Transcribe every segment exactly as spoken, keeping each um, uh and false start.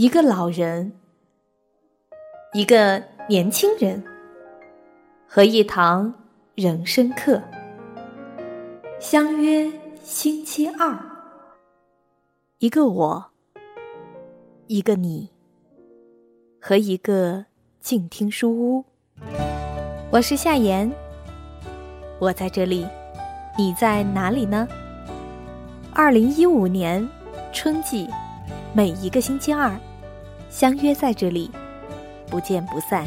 一个老人，一个年轻人，和一堂人生课，相约星期二。一个我，一个你，和一个静听书屋。我是夏言，我在这里，你在哪里呢？二零一五年春季，每一个星期二，相约在这里，不见不散。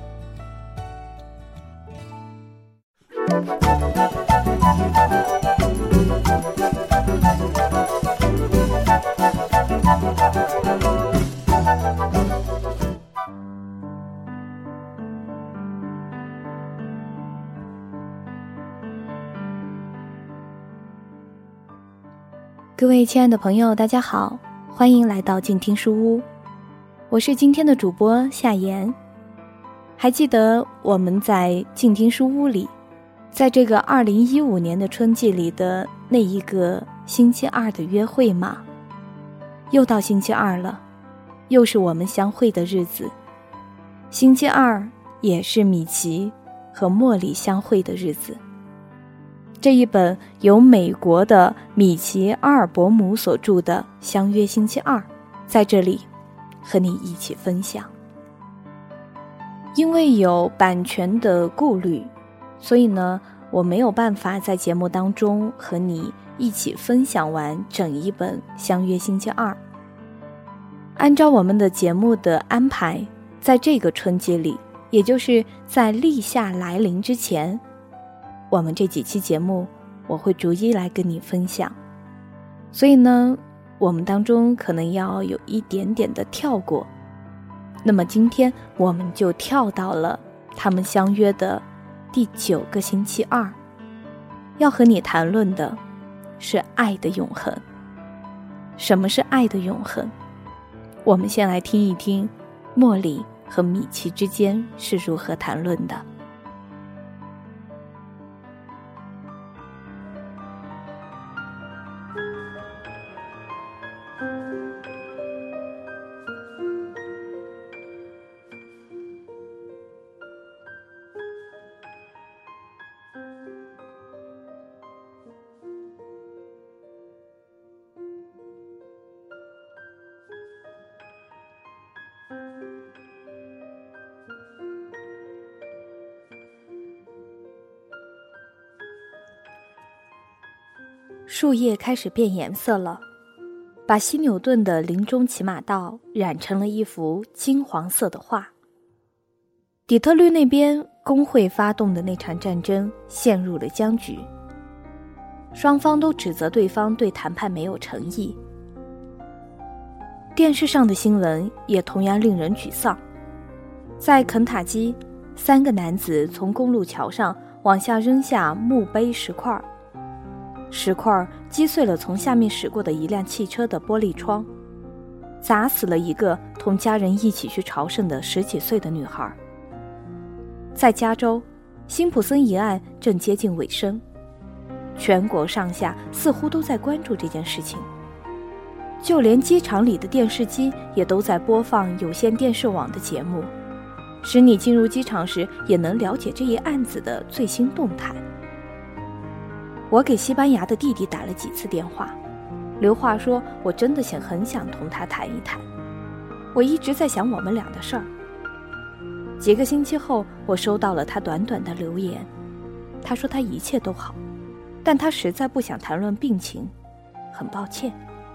各位亲爱的朋友，大家好，欢迎来到静听书屋，我是今天的主播夏言。还记得我们在静听书屋里，在这个二零一五年的春季里的那一个星期二的约会吗？又到星期二了，又是我们相会的日子。星期二也是米奇和茉莉相会的日子。这一本由美国的米奇·阿尔伯姆所著的《相约星期二》，在这里和你一起分享。因为有版权的顾虑，所以呢，我没有办法在节目当中和你一起分享完整一本《相约星期二》。按照我们的节目的安排，在这个春季里，也就是在立夏来临之前，我们这几期节目我会逐一来跟你分享，所以呢，我们当中可能要有一点点的跳过。那么今天我们就跳到了他们相约的第九个星期二，要和你谈论的是爱的永恒。什么是爱的永恒？我们先来听一听茉莉和米奇之间是如何谈论的。树叶开始变颜色了，把西牛顿的林中骑马道染成了一幅金黄色的画。底特律那边工会发动的那场战争陷入了僵局，双方都指责对方对谈判没有诚意。电视上的新闻也同样令人沮丧。在肯塔基，三个男子从公路桥上往下扔下墓碑石块，石块击碎了从下面驶过的一辆汽车的玻璃窗，砸死了一个同家人一起去朝圣的十几岁的女孩。在加州，辛普森一案正接近尾声，全国上下似乎都在关注这件事情，就连机场里的电视机也都在播放有线电视网的节目，使你进入机场时也能了解这一案子的最新动态。我给西班牙的弟弟打了几次电话，留话说我真的想很想同他谈一谈，我一直在想我们俩的事儿。几个星期后，我收到了他短短的留言，他说他一切都好，但他实在不想谈论病情，很抱歉。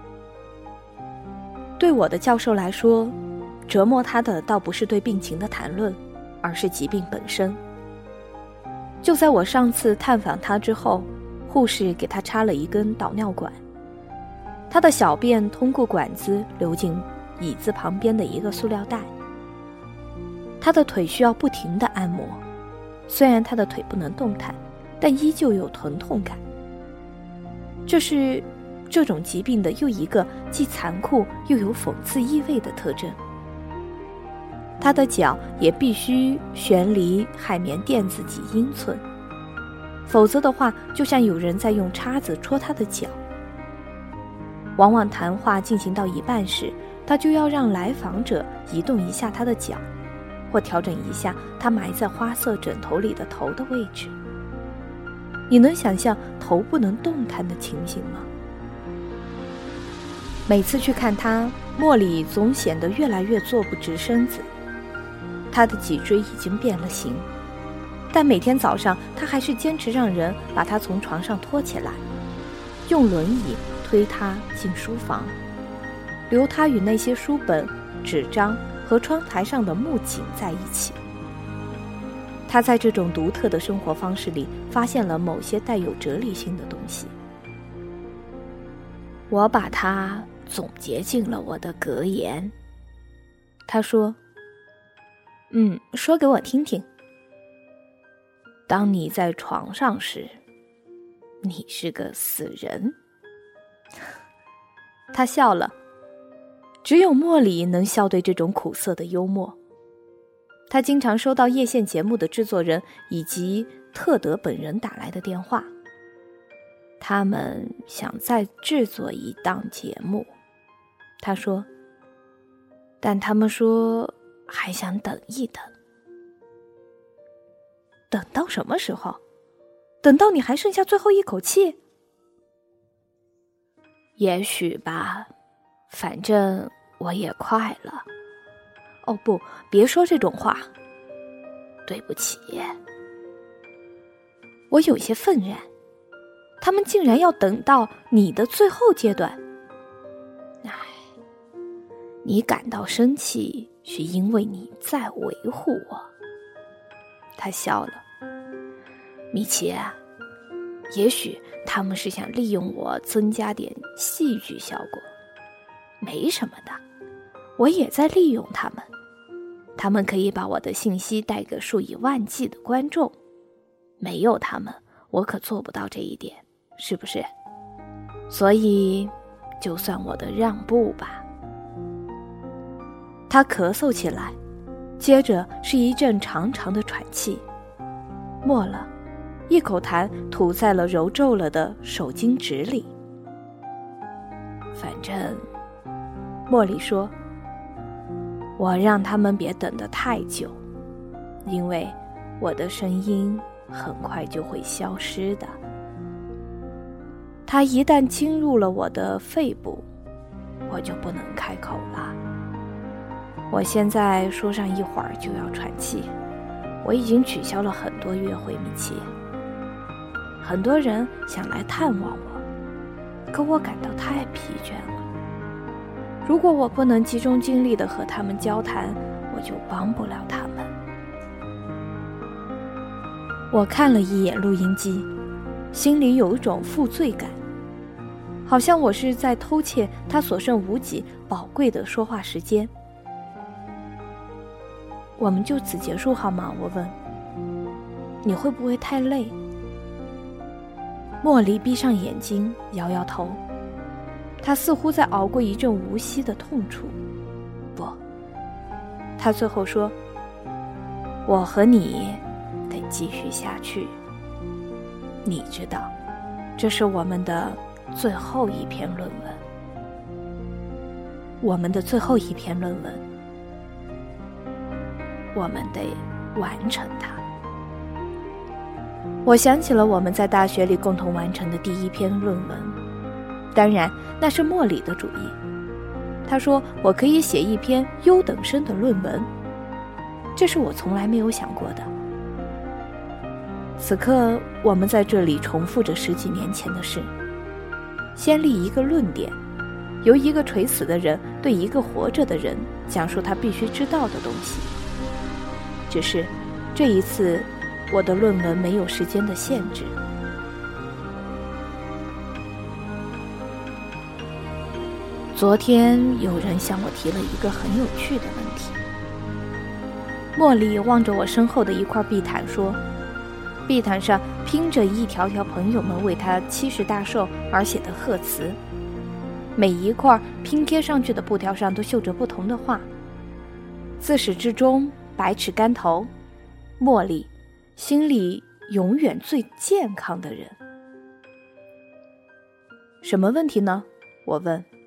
对我的教授来说，折磨他的倒不是对病情的谈论，而是疾病本身。就在我上次探访他之后，护士给他插了一根导尿管，他的小便通过管子流进椅子旁边的一个塑料袋。他的腿需要不停地按摩，虽然他的腿不能动弹，但依旧有疼痛感。这是这种疾病的又一个既残酷又有讽刺意味的特征。他的脚也必须悬离海绵垫子几英寸，否则的话就像有人在用叉子戳他的脚。 往往谈话进行到一半时，他就要让来访者移动一下他的脚，或调整一下他埋在花色枕头里的头的位置。你能想象头不能动弹的情形吗？每次去看他，莫里总显得越来越坐不直身子，他的脊椎已经变了形，但每天早上他还是坚持让人把他从床上拖起来，用轮椅推他进书房，留他与那些书本、纸张和窗台上的木槿在一起。他在这种独特的生活方式里发现了某些带有哲理性的东西。我把它总结进了我的格言。他说：嗯，说给我听听。当你在床上时，你是个死人。他笑了，只有莫里能笑对这种苦涩的幽默。他经常收到叶线节目的制作人以及特德本人打来的电话，他们想再制作一档节目。他说，但他们说还想等一等。等到什么时候？等到你还剩下最后一口气？也许吧，反正我也快了。哦不，别说这种话。对不起。我有些愤然，他们竟然要等到你的最后阶段。唉，你感到生气是因为你在维护我。他笑了。米奇，也许他们是想利用我增加点戏剧效果，没什么的，我也在利用他们。他们可以把我的信息带给数以万计的观众，没有他们，我可做不到这一点，是不是？所以，就算我的让步吧。他咳嗽起来，接着是一阵长长的喘气，末了，一口痰吐在了揉皱了的手巾纸里。反正，莫里说，我让他们别等得太久，因为我的声音很快就会消失的。它一旦侵入了我的肺部，我就不能开口了。我现在说上一会儿就要喘气，我已经取消了很多约会，米奇。很多人想来探望我，可我感到太疲倦了。如果我不能集中精力地和他们交谈，我就帮不了他们。我看了一眼录音机，心里有一种负罪感，好像我是在偷窃他所剩无几宝贵的说话时间。我们就此结束好吗？我问。你会不会太累？莫里闭上眼睛，摇摇头。他似乎在熬过一阵无息的痛楚。不，他最后说，我和你得继续下去。你知道，这是我们的最后一篇论文。我们的最后一篇论文，我们得完成它。我想起了我们在大学里共同完成的第一篇论文，当然那是莫里的主意。他说我可以写一篇优等生的论文，这是我从来没有想过的。此刻我们在这里重复着十几年前的事，先立一个论点，由一个垂死的人对一个活着的人讲述他必须知道的东西。只是这一次我的论文没有时间的限制。昨天有人向我提了一个很有趣的问题。莫里望着我身后的一块地毯说，地毯上拼着一条条朋友们为他七十大寿而写的贺词，每一块拼贴上去的布条上都绣着不同的话。自始至终，百尺竿头，莫里，心里永远最健康的人。什么问题呢？我问。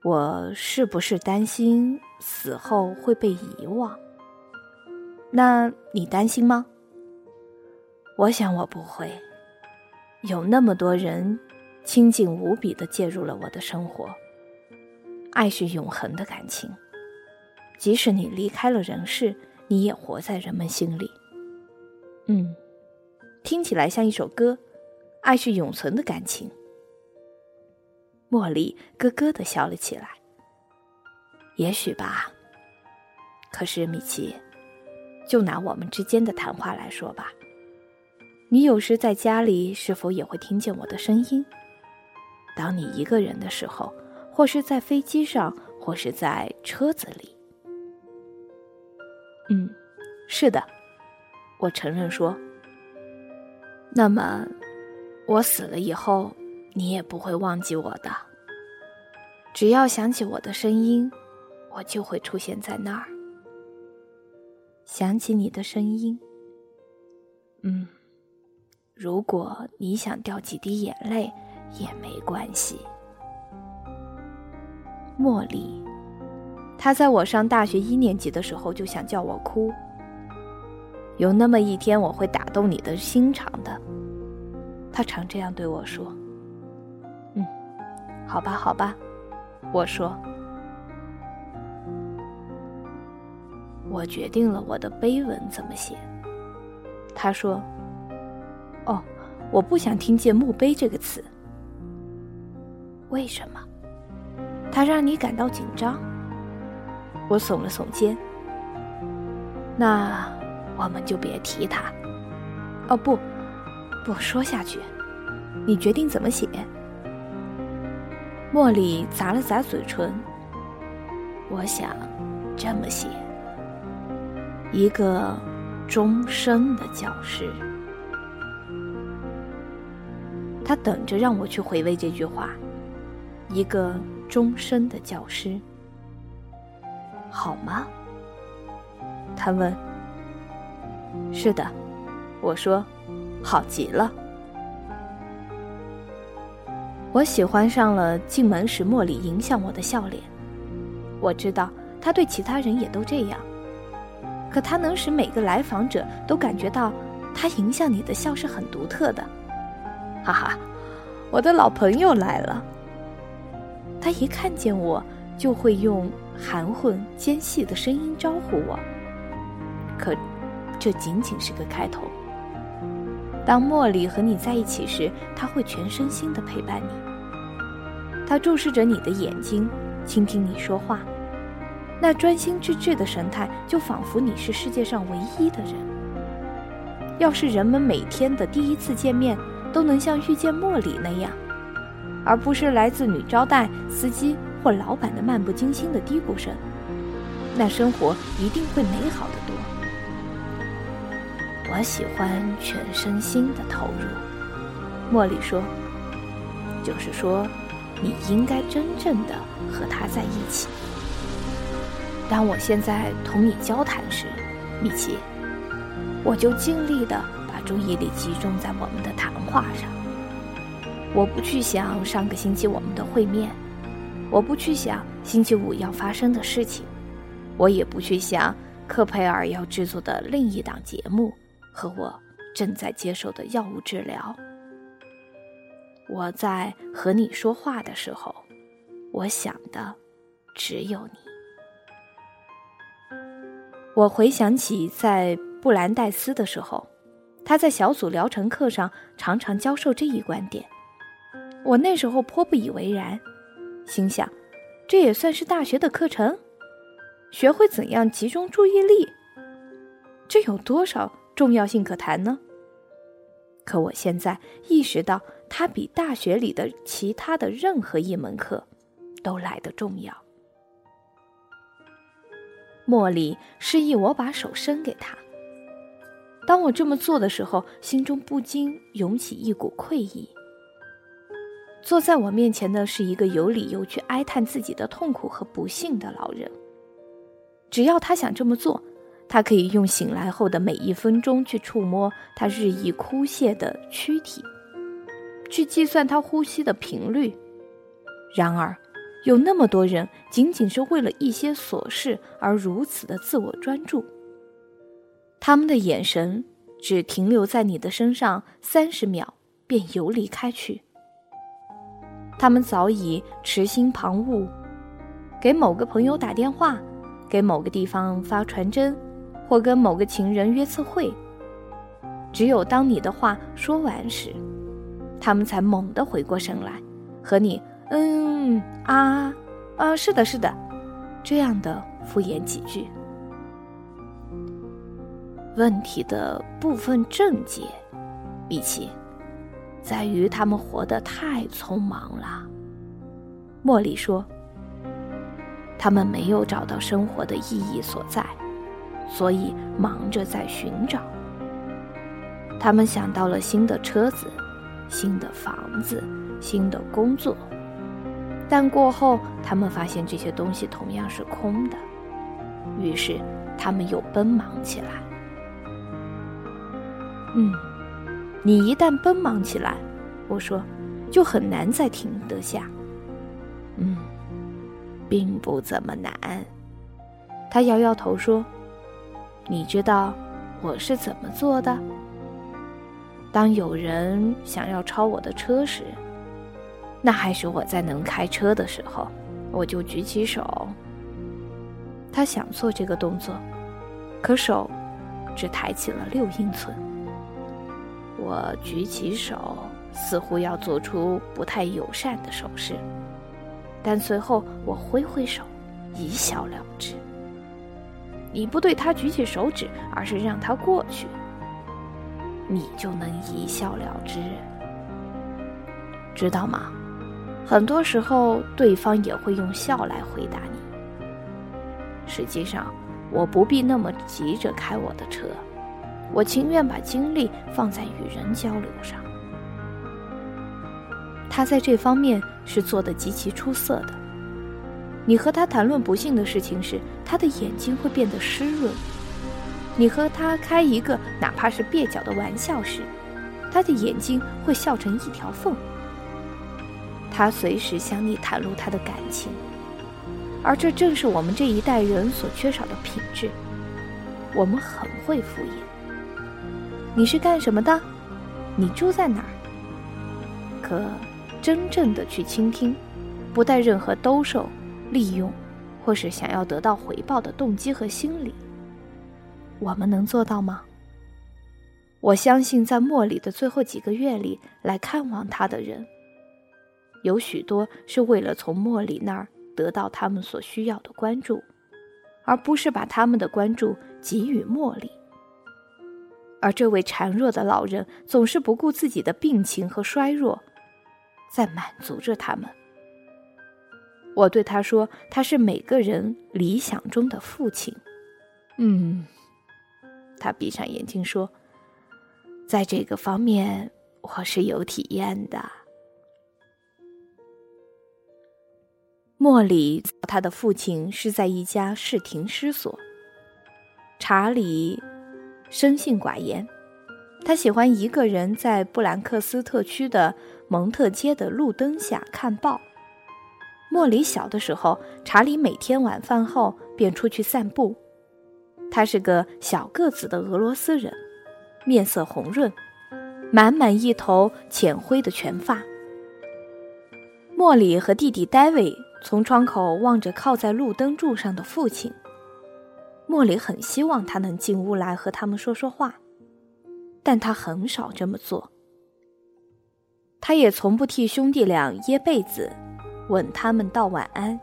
我是不是担心死后会被遗忘？那你担心吗？我想我不会。有那么多人亲近无比地介入了我的生活。爱是永恒的感情，即使你离开了人世，你也活在人们心里。嗯，听起来像一首歌，爱是永存的感情。茉莉咯咯地笑了起来。也许吧。可是米奇，就拿我们之间的谈话来说吧，你有时在家里是否也会听见我的声音？当你一个人的时候，或是在飞机上，或是在车子里。嗯，是的，我承认说。那么，我死了以后，你也不会忘记我的。只要想起我的声音，我就会出现在那儿。想起你的声音。嗯，如果你想掉几滴眼泪，也没关系。茉莉，她在我上大学一年级的时候就想叫我哭。有那么一天我会打动你的心肠的，她常这样对我说。嗯，好吧好吧，我说。我决定了我的碑文怎么写。她说，哦，我不想听见墓碑这个词。为什么？它让你感到紧张？我耸了耸肩。那我们就别提它。哦不，不说下去。你决定怎么写？茉莉咂了咂嘴唇。我想这么写：一个终身的教师。他等着让我去回味这句话。一个终身的教师，好吗？他问。是的，我说，好极了。我喜欢上了进门时茉莉迎向我的笑脸。我知道他对其他人也都这样，可他能使每个来访者都感觉到他迎向你的笑是很独特的。哈哈，我的老朋友来了。他一看见我，就会用含混尖细的声音招呼我。可这仅仅是个开头。当茉莉和你在一起时，他会全身心地陪伴你。他注视着你的眼睛，倾听你说话，那专心致志的神态，就仿佛你是世界上唯一的人。要是人们每天的第一次见面都能像遇见茉莉那样，而不是来自女招待、司机或老板的漫不经心的嘀咕声，那生活一定会美好得多。我喜欢全身心的投入，茉莉说，就是说，你应该真正的和他在一起。当我现在同你交谈时，米奇，我就尽力的把注意力集中在我们的谈话上。我不去想上个星期我们的会面，我不去想星期五要发生的事情，我也不去想科佩尔要制作的另一档节目和我正在接受的药物治疗。我在和你说话的时候，我想的只有你。我回想起在布兰代斯的时候，他在小组疗程课上常常教授这一观点。我那时候颇不以为然，心想，这也算是大学的课程？学会怎样集中注意力，这有多少重要性可谈呢？可我现在意识到，它比大学里的其他的任何一门课都来得重要。茉莉示意我把手伸给她。当我这么做的时候，心中不禁涌起一股愧意。坐在我面前的是一个有理由去哀叹自己的痛苦和不幸的老人。只要他想这么做，他可以用醒来后的每一分钟去触摸他日益枯谢的躯体，去计算他呼吸的频率。然而， 有那么多人仅仅是为了一些琐事而如此的自我专注。他们的眼神只停留在你的身上三十秒，便游离开去。他们早已痴心旁骛，给某个朋友打电话，给某个地方发传真，或跟某个情人约次会。只有当你的话说完时，他们才猛地回过神来，和你嗯啊啊是的是的这样的敷衍几句。问题的部分症结，比起在于他们活得太匆忙了。茉莉说，他们没有找到生活的意义所在，所以忙着在寻找。他们想到了新的车子、新的房子、新的工作，但过后他们发现这些东西同样是空的，于是他们又奔忙起来。嗯，你一旦奔忙起来，我说，就很难再停得下。嗯，并不怎么难。他摇摇头说，你知道我是怎么做的？当有人想要超我的车时，那还是我在能开车的时候，我就举起手。他想做这个动作，可手只抬起了六英寸。我举起手，似乎要做出不太友善的手势，但随后我挥挥手，一笑了之。你不对他举起手指，而是让他过去，你就能一笑了之，知道吗？很多时候对方也会用笑来回答你。实际上，我不必那么急着开我的车，我情愿把精力放在与人交流上。他在这方面是做得极其出色的。你和他谈论不幸的事情时，他的眼睛会变得湿润；你和他开一个哪怕是蹩脚的玩笑时，他的眼睛会笑成一条缝。他随时向你袒露他的感情，而这正是我们这一代人所缺少的品质。我们很会敷衍。你是干什么的？你住在哪儿？可真正的去倾听，不带任何兜售、利用或是想要得到回报的动机和心理，我们能做到吗？我相信在茉莉的最后几个月里来看望她的人，有许多是为了从茉莉那儿得到他们所需要的关注，而不是把他们的关注给予茉莉。而这位孱弱的老人总是不顾自己的病情和衰弱，在满足着他们。我对他说，他是每个人理想中的父亲。嗯，他闭上眼睛说，在这个方面我是有体验的。茉莉他的父亲是在一家视听师所。查理生性寡言，他喜欢一个人在布兰克斯特区的蒙特街的路灯下看报。茉莉小的时候，查理每天晚饭后便出去散步。他是个小个子的俄罗斯人，面色红润，满满一头浅灰的全发。茉莉和弟弟戴维从窗口望着靠在路灯柱上的父亲。茉莉很希望他能进屋来和他们说说话，但他很少这么做。他也从不替兄弟俩掖被子，吻他们道晚安。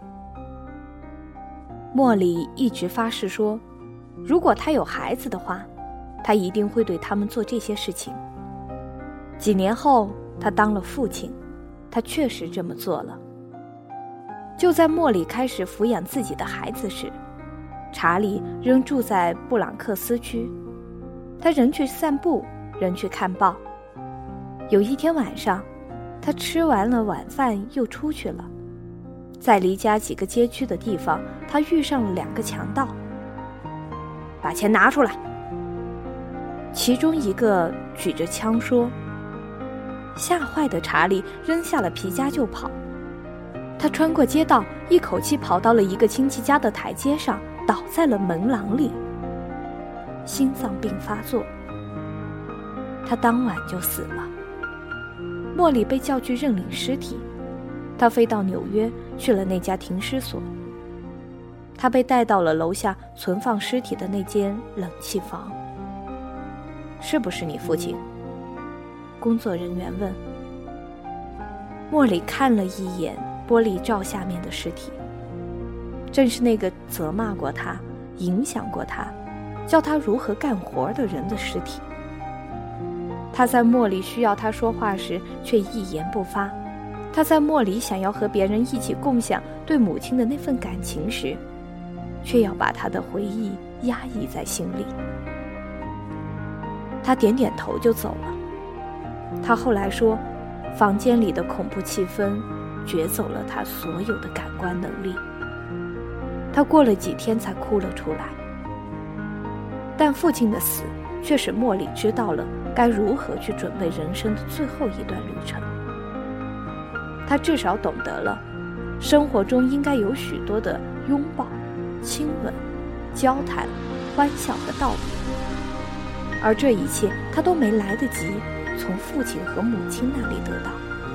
茉莉一直发誓说，如果他有孩子的话，他一定会对他们做这些事情。几年后，他当了父亲，他确实这么做了。就在茉莉开始抚养自己的孩子时，查理仍住在布朗克斯区，他仍去散步，仍去看报。有一天晚上，他吃完了晚饭又出去了。在离家几个街区的地方，他遇上了两个强盗。把钱拿出来！其中一个举着枪说。吓坏的查理扔下了皮夹就跑。 他穿过街道，一口气跑到了一个亲戚家的台阶上，倒在了门廊里，心脏病发作。他当晚就死了。莫里被叫去认领尸体，他飞到纽约去了那家停尸所。他被带到了楼下存放尸体的那间冷气房。是不是你父亲？工作人员问。莫里看了一眼玻璃罩下面的尸体，正是那个责骂过他、影响过他、教他如何干活的人的尸体。他在莫里需要他说话时却一言不发，他在莫里想要和别人一起共享对母亲的那份感情时，却要把他的回忆压抑在心里。他点点头就走了。他后来说，房间里的恐怖气氛掘走了他所有的感官能力。他过了几天才哭了出来。但父亲的死却使莫里知道了该如何去准备人生的最后一段旅程。他至少懂得了，生活中应该有许多的拥抱、亲吻、交谈、欢笑和道别，而这一切他都没来得及从父亲和母亲那里得到。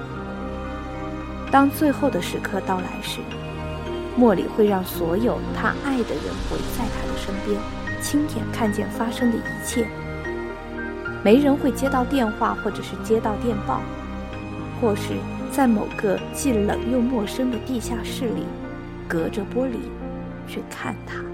当最后的时刻到来时，莫里会让所有他爱的人围在他的身边，亲眼看见发生的一切。没人会接到电话，或者是接到电报，或是在某个既冷又陌生的地下室里，隔着玻璃去看他。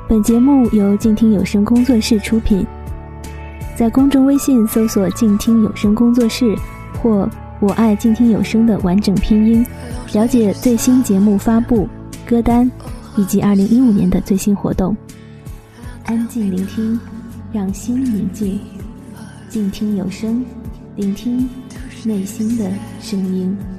本节目由静听有声工作室出品，在公众微信搜索静听有声工作室或我爱静听有声的完整拼音，了解最新节目发布、歌单以及二零一五年的最新活动。安静聆听，让心宁静，静听有声，聆听内心的声音。